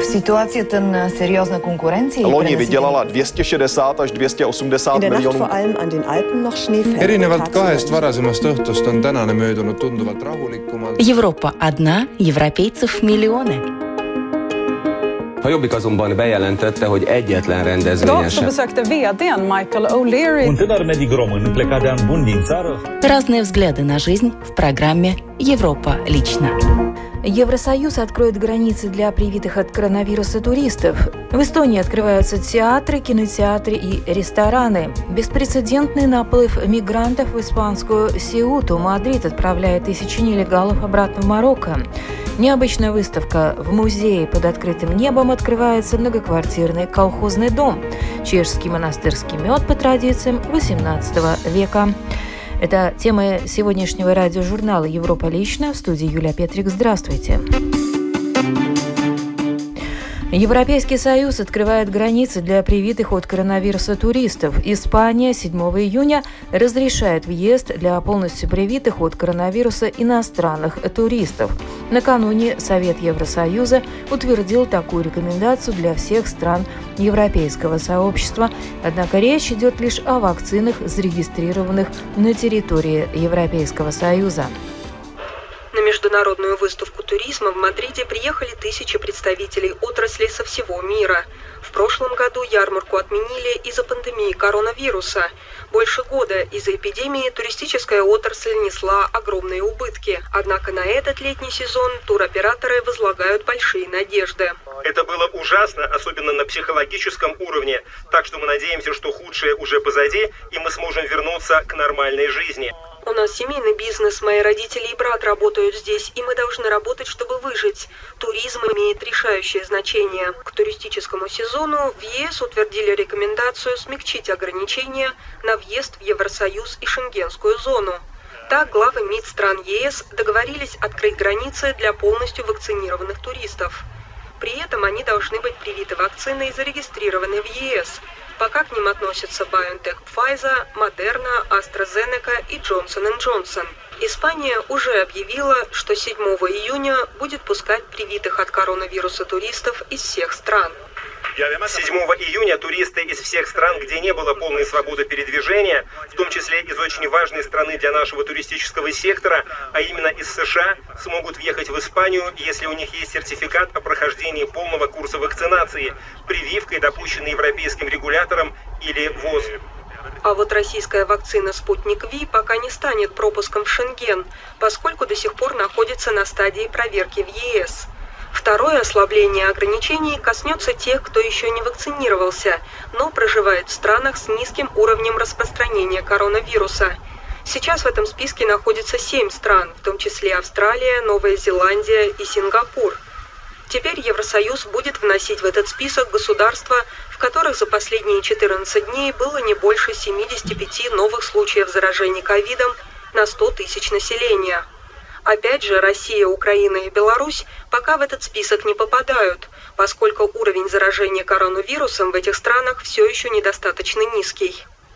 V situacii ten seriózna konkurencija. Loni vydělala 260 až 280 miljonů. Erinevalt kahest varasemast õhtust on tänane möödunud tunduvalt rahulikumalt. Европа одна, европейцев миллионы. A Jobbik azonban bejelentette, hogy egyetlen rendezvényesen. Besökte VD:n Michael O'Leary. Разные взгляды на жизнь в программе «Европа лично». Евросоюз откроет границы для привитых от коронавируса туристов. В Эстонии открываются театры, кинотеатры и рестораны. Беспрецедентный наплыв мигрантов в испанскую Сеуту. Мадрид отправляет тысячи нелегалов обратно в Марокко. Необычная выставка в музее под открытым небом открывается многоквартирный колхозный дом. Чешский монастырский мед по традициям XVIII века. Это тема сегодняшнего радиожурнала «Европа лично». В студии Юлия Петрик. Здравствуйте. Европейский Союз открывает границы для привитых от коронавируса туристов. Испания 7 июня разрешает въезд для полностью привитых от коронавируса иностранных туристов. Накануне Совет Евросоюза утвердил такую рекомендацию для всех стран Европейского сообщества. Однако речь идет лишь о вакцинах, зарегистрированных на территории Европейского Союза. На международную выставку туризма в Мадриде приехали тысячи представителей отрасли со всего мира. В прошлом году ярмарку отменили из-за пандемии коронавируса. Больше года из-за эпидемии туристическая отрасль несла огромные убытки. Однако на этот летний сезон туроператоры возлагают большие надежды. Это было ужасно, особенно на психологическом уровне. Так что мы надеемся, что худшее уже позади, и мы сможем вернуться к нормальной жизни. У нас семейный бизнес, мои родители и брат работают здесь, и мы должны работать, чтобы выжить. Туризм имеет решающее значение. К туристическому сезону в ЕС утвердили рекомендацию смягчить ограничения на въезд в Евросоюз и Шенгенскую зону. Так, главы МИД стран ЕС договорились открыть границы для полностью вакцинированных туристов. При этом они должны быть привиты вакциной и зарегистрированы в ЕС. Пока к ним относятся BioNTech Pfizer, Moderna, AstraZeneca и Johnson & Johnson. Испания уже объявила, что 7 июня будет пускать привитых от коронавируса туристов из всех стран. 7 июня туристы из всех стран, где не было полной свободы передвижения, в том числе из очень важной страны для нашего туристического сектора, а именно из США, смогут въехать в Испанию, если у них есть сертификат о прохождении полного курса вакцинации, прививкой, допущенной европейским регулятором, или ВОЗ. А вот российская вакцина «Спутник Ви» пока не станет пропуском в Шенген, поскольку до сих пор находится на стадии проверки в ЕС. Второе ослабление ограничений коснется тех, кто еще не вакцинировался, но проживает в странах с низким уровнем распространения коронавируса. Сейчас в этом списке находится 7 стран, в том числе Австралия, Новая Зеландия и Сингапур. Теперь Евросоюз будет вносить в этот список государства, в которых за последние 14 дней было не больше 75 новых случаев заражения ковидом на 100 тысяч населения. Опять же, Россия, Украина и Беларусь пока в этот список не попадают, поскольку уровень заражения коронавирусом в этих странах все еще недостаточно низкий.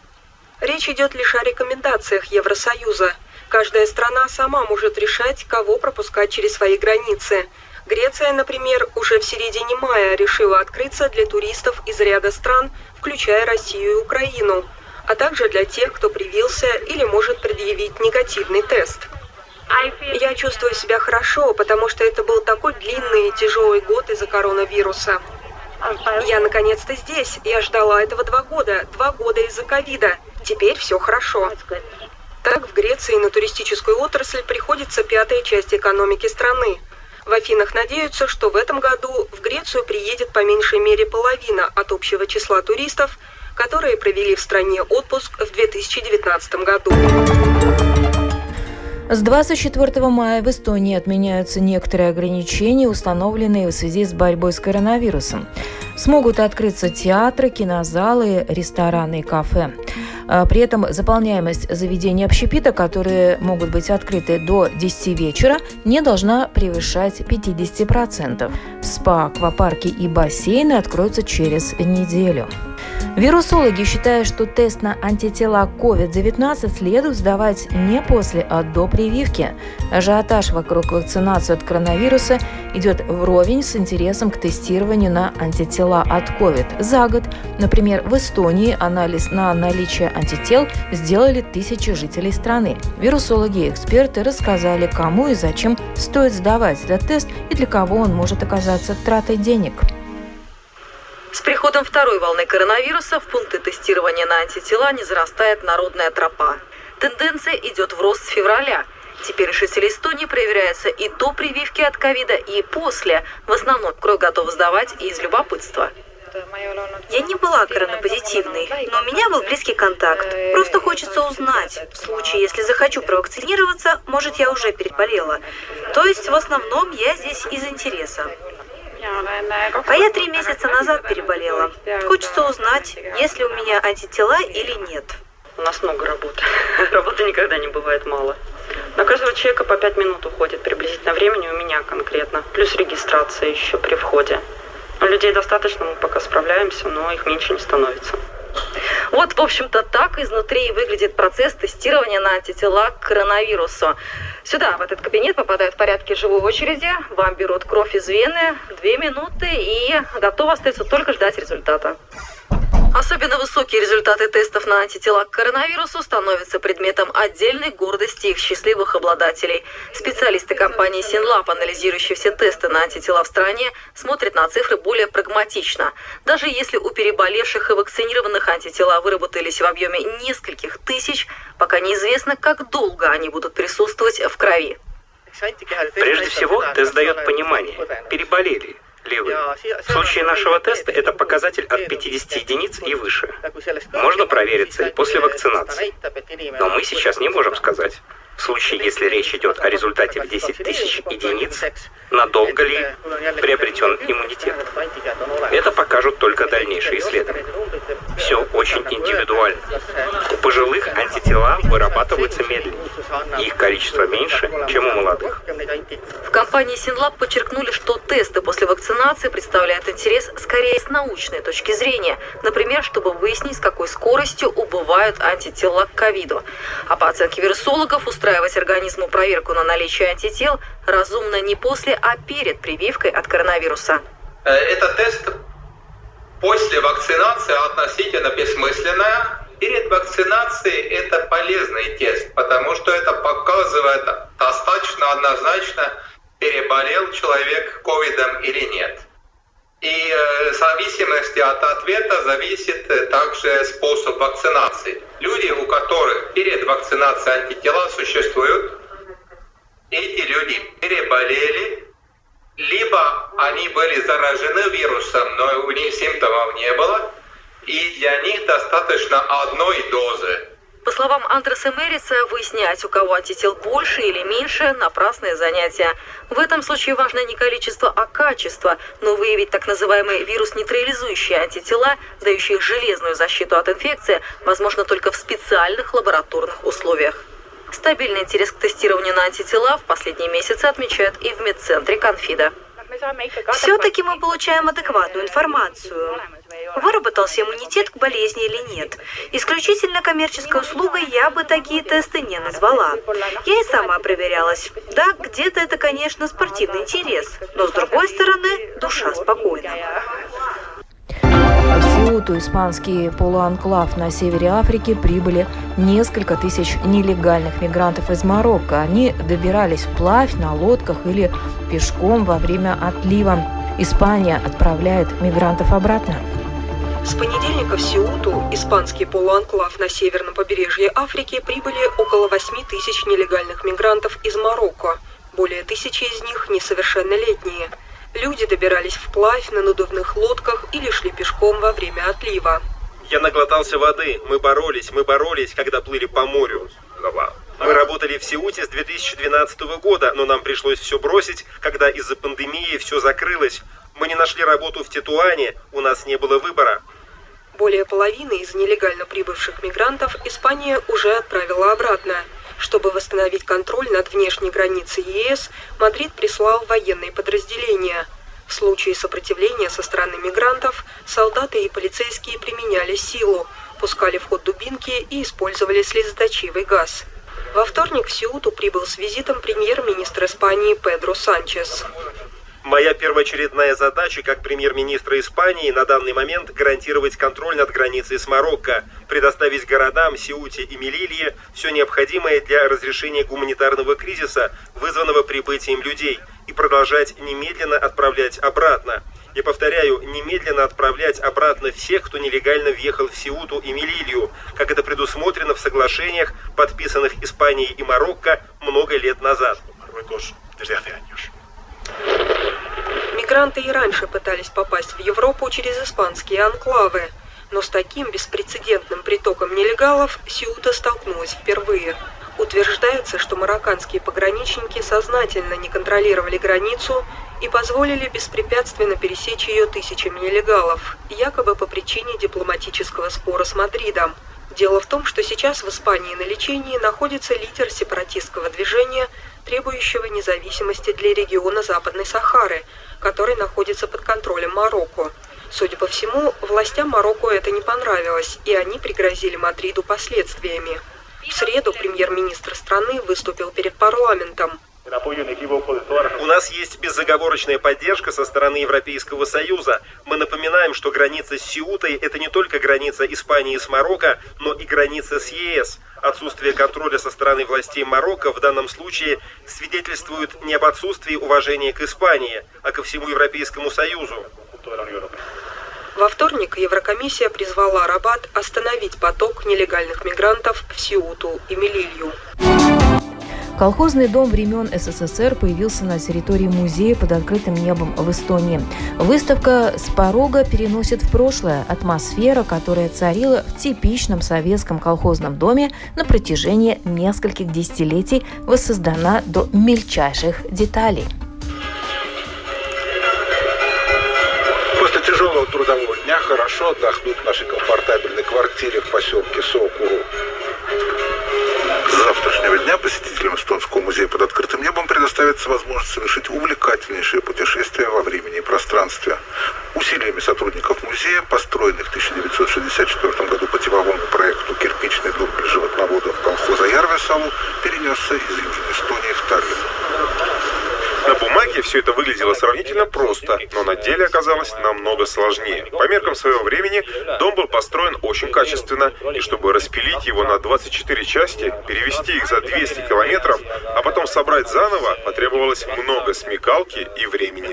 Речь идет лишь о рекомендациях Евросоюза. Каждая страна сама может решать, кого пропускать через свои границы. Греция, например, уже в середине мая решила открыться для туристов из ряда стран, включая Россию и Украину, а также для тех, кто привился или может предъявить негативный тест. Я чувствую себя хорошо, потому что это был такой длинный и тяжелый год из-за коронавируса. Я наконец-то здесь. Я ждала этого 2 года. 2 года из-за ковида. Теперь все хорошо. Так, в Греции на туристическую отрасль приходится 5-я часть экономики страны. В Афинах надеются, что в этом году в Грецию приедет по меньшей мере половина от общего числа туристов, которые провели в стране отпуск в 2019 году. С 24 мая в Эстонии отменяются некоторые ограничения, установленные в связи с борьбой с коронавирусом. Смогут открыться театры, кинозалы, рестораны и кафе. При этом заполняемость заведений общепита, которые могут быть открыты до 10 вечера, не должна превышать 50%. СПА, аквапарки и бассейны откроются через неделю. Вирусологи считают, что тест на антитела COVID-19 следует сдавать не после, а до прививки. Ажиотаж вокруг вакцинации от коронавируса идет вровень с интересом к тестированию на антитела от COVID. За год, например, в Эстонии анализ на наличие антител сделали 1000 жителей страны. Вирусологи и эксперты рассказали, кому и зачем стоит сдавать этот тест и для кого он может оказаться тратой денег. С приходом второй волны коронавируса в пункты тестирования на антитела не зарастает народная тропа. Тенденция идет в рост с февраля. Теперь жители Эстонии проверяются и до прививки от ковида, и после. В основном кровь готова сдавать и из любопытства. Я не была коронапозитивной, но у меня был близкий контакт. Просто хочется узнать. В случае, если захочу провакцинироваться, может, я уже переболела. То есть, в основном, я здесь из интереса. А я 3 месяца назад переболела. Хочется узнать, есть ли у меня антитела или нет. У нас много работы. Работы никогда не бывает мало. На каждого человека по 5 минут уходит приблизительно времени, у меня конкретно. Плюс регистрация еще при входе. Людей достаточно, мы пока справляемся, но их меньше не становится. Вот, в общем-то, так изнутри выглядит процесс тестирования на антитела к коронавирусу. Сюда, в этот кабинет, попадают в порядке живой очереди, вам берут кровь из вены, 2 минуты и готово остается только ждать результата. Особенно высокие результаты тестов на антитела к коронавирусу становятся предметом отдельной гордости их счастливых обладателей. Специалисты компании Synlab, анализирующие все тесты на антитела в стране, смотрят на цифры более прагматично. Даже если у переболевших и вакцинированных антитела выработались в объеме нескольких тысяч, пока неизвестно, как долго они будут присутствовать в крови. Прежде всего, тест дает понимание, переболели ли вы. В случае нашего теста это показатель от 50 единиц и выше. Можно провериться и после вакцинации. Но мы сейчас не можем сказать. В случае, если речь идет о результате в 10 тысяч единиц, надолго ли приобретен иммунитет. Это покажут только дальнейшие исследования. Все очень индивидуально. У пожилых антитела вырабатываются медленнее. Их количество меньше, чем у молодых. В компании Synlab подчеркнули, что тесты после вакцинации представляют интерес скорее с научной точки зрения. Например, чтобы выяснить, с какой скоростью убывают антитела к ковиду. А по оценке вирусологов, устраивать организму проверку на наличие антител разумно не после, а перед прививкой от коронавируса. Это тест после вакцинации относительно бессмысленная. Перед вакцинацией это полезный тест, потому что это показывает достаточно однозначно, переболел человек ковидом или нет. И в зависимости от ответа зависит также способ вакцинации. Люди, у которых перед вакцинацией антитела существуют, эти люди переболели, либо они были заражены вирусом, но у них симптомов не было, и для них достаточно одной дозы. По словам Андреса Мерица, выяснять, у кого антител больше или меньше, напрасное занятие. В этом случае важно не количество, а качество, но выявить так называемые вирус-нейтрализующие антитела, дающие железную защиту от инфекции, возможно только в специальных лабораторных условиях. Стабильный интерес к тестированию на антитела в последние месяцы отмечают и в медцентре Конфида. Все-таки мы получаем адекватную информацию. Выработался иммунитет к болезни или нет. Исключительно коммерческой услугой я бы такие тесты не назвала. Я и сама проверялась. Да, где-то это, конечно, спортивный интерес, но с другой стороны, душа спокойна. В Сеуту, испанский полуанклав на севере Африки, прибыли несколько тысяч нелегальных мигрантов из Марокко. Они добирались вплавь на лодках или пешком во время отлива. Испания отправляет мигрантов обратно. С понедельника в Сеуту, испанский полуанклав на северном побережье Африки, прибыли около 8 тысяч нелегальных мигрантов из Марокко. Более 1000 из них несовершеннолетние. Люди добирались вплавь на надувных лодках или шли пешком во время отлива. Я наглотался воды. Мы боролись, когда плыли по морю. Мы работали в Сеуте с 2012 года, но нам пришлось все бросить, когда из-за пандемии все закрылось. Мы не нашли работу в Тетуане, у нас не было выбора. Более половины из нелегально прибывших мигрантов Испания уже отправила обратно. Чтобы восстановить контроль над внешней границей ЕС, Мадрид прислал военные подразделения. В случае сопротивления со стороны мигрантов солдаты и полицейские применяли силу, пускали в ход дубинки и использовали слезоточивый газ. Во вторник в Сеуту прибыл с визитом премьер-министр Испании Педро Санчес. Моя первоочередная задача как премьер-министра Испании на данный момент гарантировать контроль над границей с Марокко, предоставить городам Сеуте и Мелилье все необходимое для разрешения гуманитарного кризиса, вызванного прибытием людей, и продолжать немедленно отправлять обратно. Я повторяю, немедленно отправлять обратно всех, кто нелегально въехал в Сеуту и Мелилью, как это предусмотрено в соглашениях, подписанных Испанией и Марокко много лет назад. Мигранты и раньше пытались попасть в Европу через испанские анклавы, но с таким беспрецедентным притоком нелегалов Сеута столкнулась впервые. Утверждается, что марокканские пограничники сознательно не контролировали границу и позволили беспрепятственно пересечь ее тысячами нелегалов, якобы по причине дипломатического спора с Мадридом. Дело в том, что сейчас в Испании на лечении находится лидер сепаратистского движения, требующего независимости для региона Западной Сахары, который находится под контролем Марокко. Судя по всему, властям Марокко это не понравилось, и они пригрозили Мадриду последствиями. В среду премьер-министр страны выступил перед парламентом. У нас есть безоговорочная поддержка со стороны Европейского Союза. Мы напоминаем, что граница с Сеутой – это не только граница Испании с Марокко, но и граница с ЕС. Отсутствие контроля со стороны властей Марокко в данном случае свидетельствует не об отсутствии уважения к Испании, а ко всему Европейскому Союзу. Во вторник Еврокомиссия призвала Рабат остановить поток нелегальных мигрантов в Сеуту и Мелилью. Колхозный дом времен СССР появился на территории музея под открытым небом в Эстонии. Выставка с порога переносит в прошлое атмосферу, которая царила в типичном советском колхозном доме на протяжении нескольких десятилетий, воссоздана до мельчайших деталей. После тяжелого трудового дня хорошо отдохнуть в нашей комфортабельной квартире в поселке Соукуру. С завтрашнего дня посетителям Эстонского музея под открытым небом предоставится возможность совершить увлекательнейшее путешествие во времени и пространстве. Усилиями сотрудников музея, построенный в 1964 году по типовому проекту «Кирпичный дом для животноводов» колхоза Järvesalo перенесся из Южной Эстонии в Таллин. На бумаге все это выглядело сравнительно просто, но на деле оказалось намного сложнее. По меркам своего времени дом был построен очень качественно, и чтобы распилить его на 24 части, перевести их за 200 километров, а потом собрать заново, потребовалось много смекалки и времени.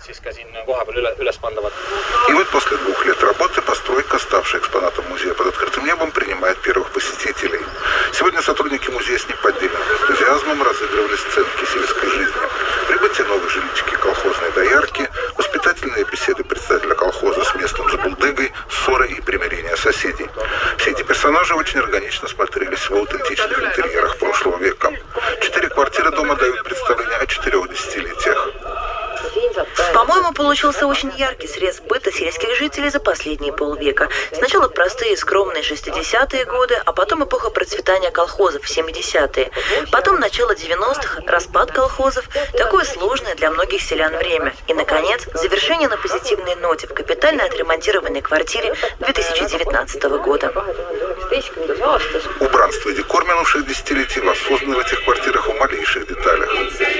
И вот после 2 лет работы постройка, ставшая экспонатом музея под открытым небом, принимает первых посетителей. Сегодня сотрудники музея с неподдельным энтузиазмом разыгрывали сценки сельской жизни. Прибытие новой жилички колхозной доярки, воспитательные беседы председателя колхоза с местным забулдыгой, ссоры и примирения соседей. Все эти персонажи очень органично смотрелись в аутентичных интерьерах прошлого века. 4 квартиры дома дают представление о 4 десятилетиях. По-моему, получился очень яркий срез быта сельских жителей за последние полвека. Сначала простые, скромные 60-е годы, а потом эпоха процветания колхозов, 70-е. Потом начало 90-х, распад колхозов, такое сложное для многих селян время. И, наконец, завершение на позитивной ноте в капитально отремонтированной квартире 2019 года. Убранство и декор минувших десятилетий воссозданы в этих квартирах в малейших деталях.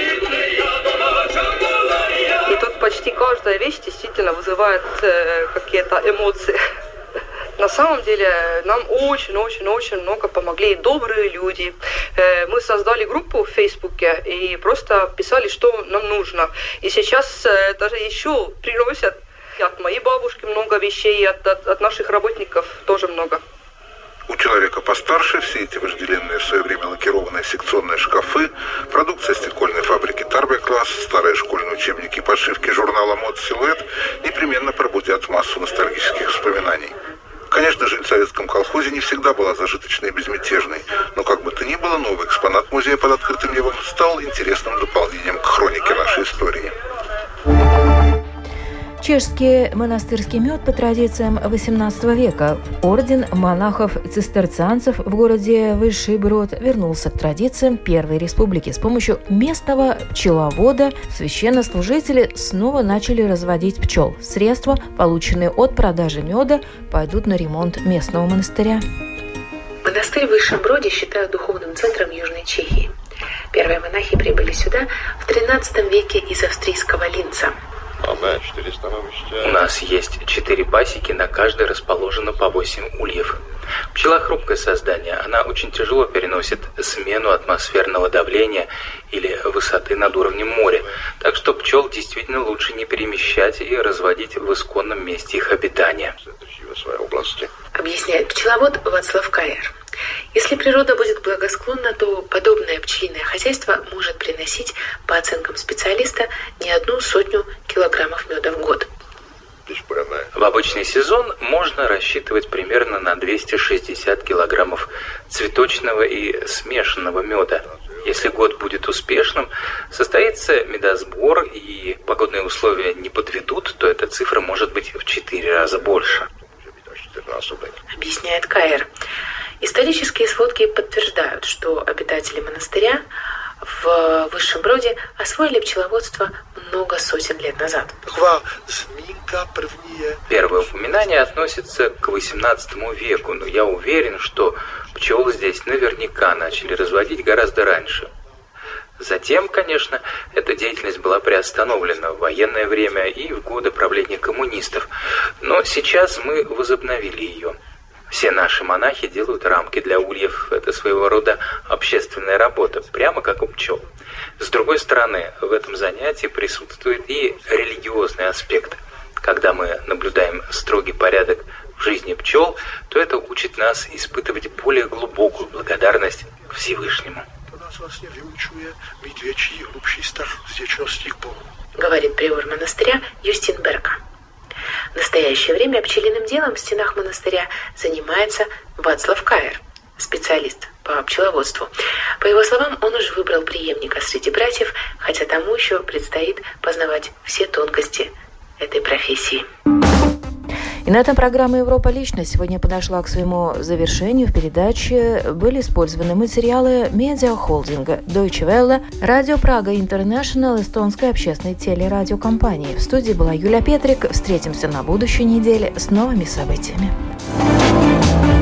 И тут почти каждая вещь действительно вызывает какие-то эмоции. На самом деле нам очень много помогли добрые люди. Мы создали группу в Фейсбуке и просто писали, что нам нужно. И сейчас даже еще приносят от моей бабушки много вещей, от наших работников тоже много. У человека постарше все эти вожделенные в свое время лакированные секционные шкафы, продукция стекольной фабрики Тарбекласс, старые школьные учебники и подшивки журнала «Мод Силуэт» непременно пробудят массу ностальгических воспоминаний. Конечно, жизнь в советском колхозе не всегда была зажиточной и безмятежной, но как бы то ни было, новый экспонат музея под открытым небом стал интересным дополнением к хронике нашей истории. Чешский монастырский мед по традициям XVIII века. Орден монахов-цистерцианцев в городе Высший Брод вернулся к традициям Первой Республики. С помощью местного пчеловода священнослужители снова начали разводить пчел. Средства, полученные от продажи меда, пойдут на ремонт местного монастыря. Монастырь в Высшем Броде считают духовным центром Южной Чехии. Первые монахи прибыли сюда в XIII веке из австрийского Линца. У нас есть 4 пасеки, на каждой расположено по 8 ульев. Пчела – хрупкое создание. Она очень тяжело переносит смену атмосферного давления или высоты над уровнем моря. Так что пчел действительно лучше не перемещать и разводить в исконном месте их обитания. Объясняет пчеловод Вацлав Каер. Если природа будет благосклонна, то подобное пчелиное хозяйство может приносить, по оценкам специалиста, не 100 килограммов меда в год. В обычный сезон можно рассчитывать примерно на 260 килограммов цветочного и смешанного меда. Если год будет успешным, состоится медосбор и погодные условия не подведут, то эта цифра может быть в 4 раза больше. Объясняет Каер. Исторические сводки подтверждают, что обитатели монастыря в Высшем Броде освоили пчеловодство много сотен лет назад. Первое упоминание относится к XVIII веку, но я уверен, что пчел здесь наверняка начали разводить гораздо раньше. Затем, конечно, эта деятельность была приостановлена в военное время и в годы правления коммунистов, но сейчас мы возобновили ее. Все наши монахи делают рамки для ульев. Это своего рода общественная работа, прямо как у пчел. С другой стороны, в этом занятии присутствует и религиозный аспект. Когда мы наблюдаем строгий порядок в жизни пчел, то это учит нас испытывать более глубокую благодарность к Всевышнему. Говорит приор монастыря Юстин Берка. В настоящее время пчелиным делом в стенах монастыря занимается Вацлав Каер, специалист по пчеловодству. По его словам, он уже выбрал преемника среди братьев, хотя тому еще предстоит познавать все тонкости этой профессии. И на этом программа «Европа. Личность» сегодня подошла к своему завершению. В передаче были использованы материалы медиахолдинга Deutsche Welle, Радио Прага Интернешнл, эстонской общественной телерадиокомпании. В студии была Юлия Петрик. Встретимся на будущей неделе с новыми событиями.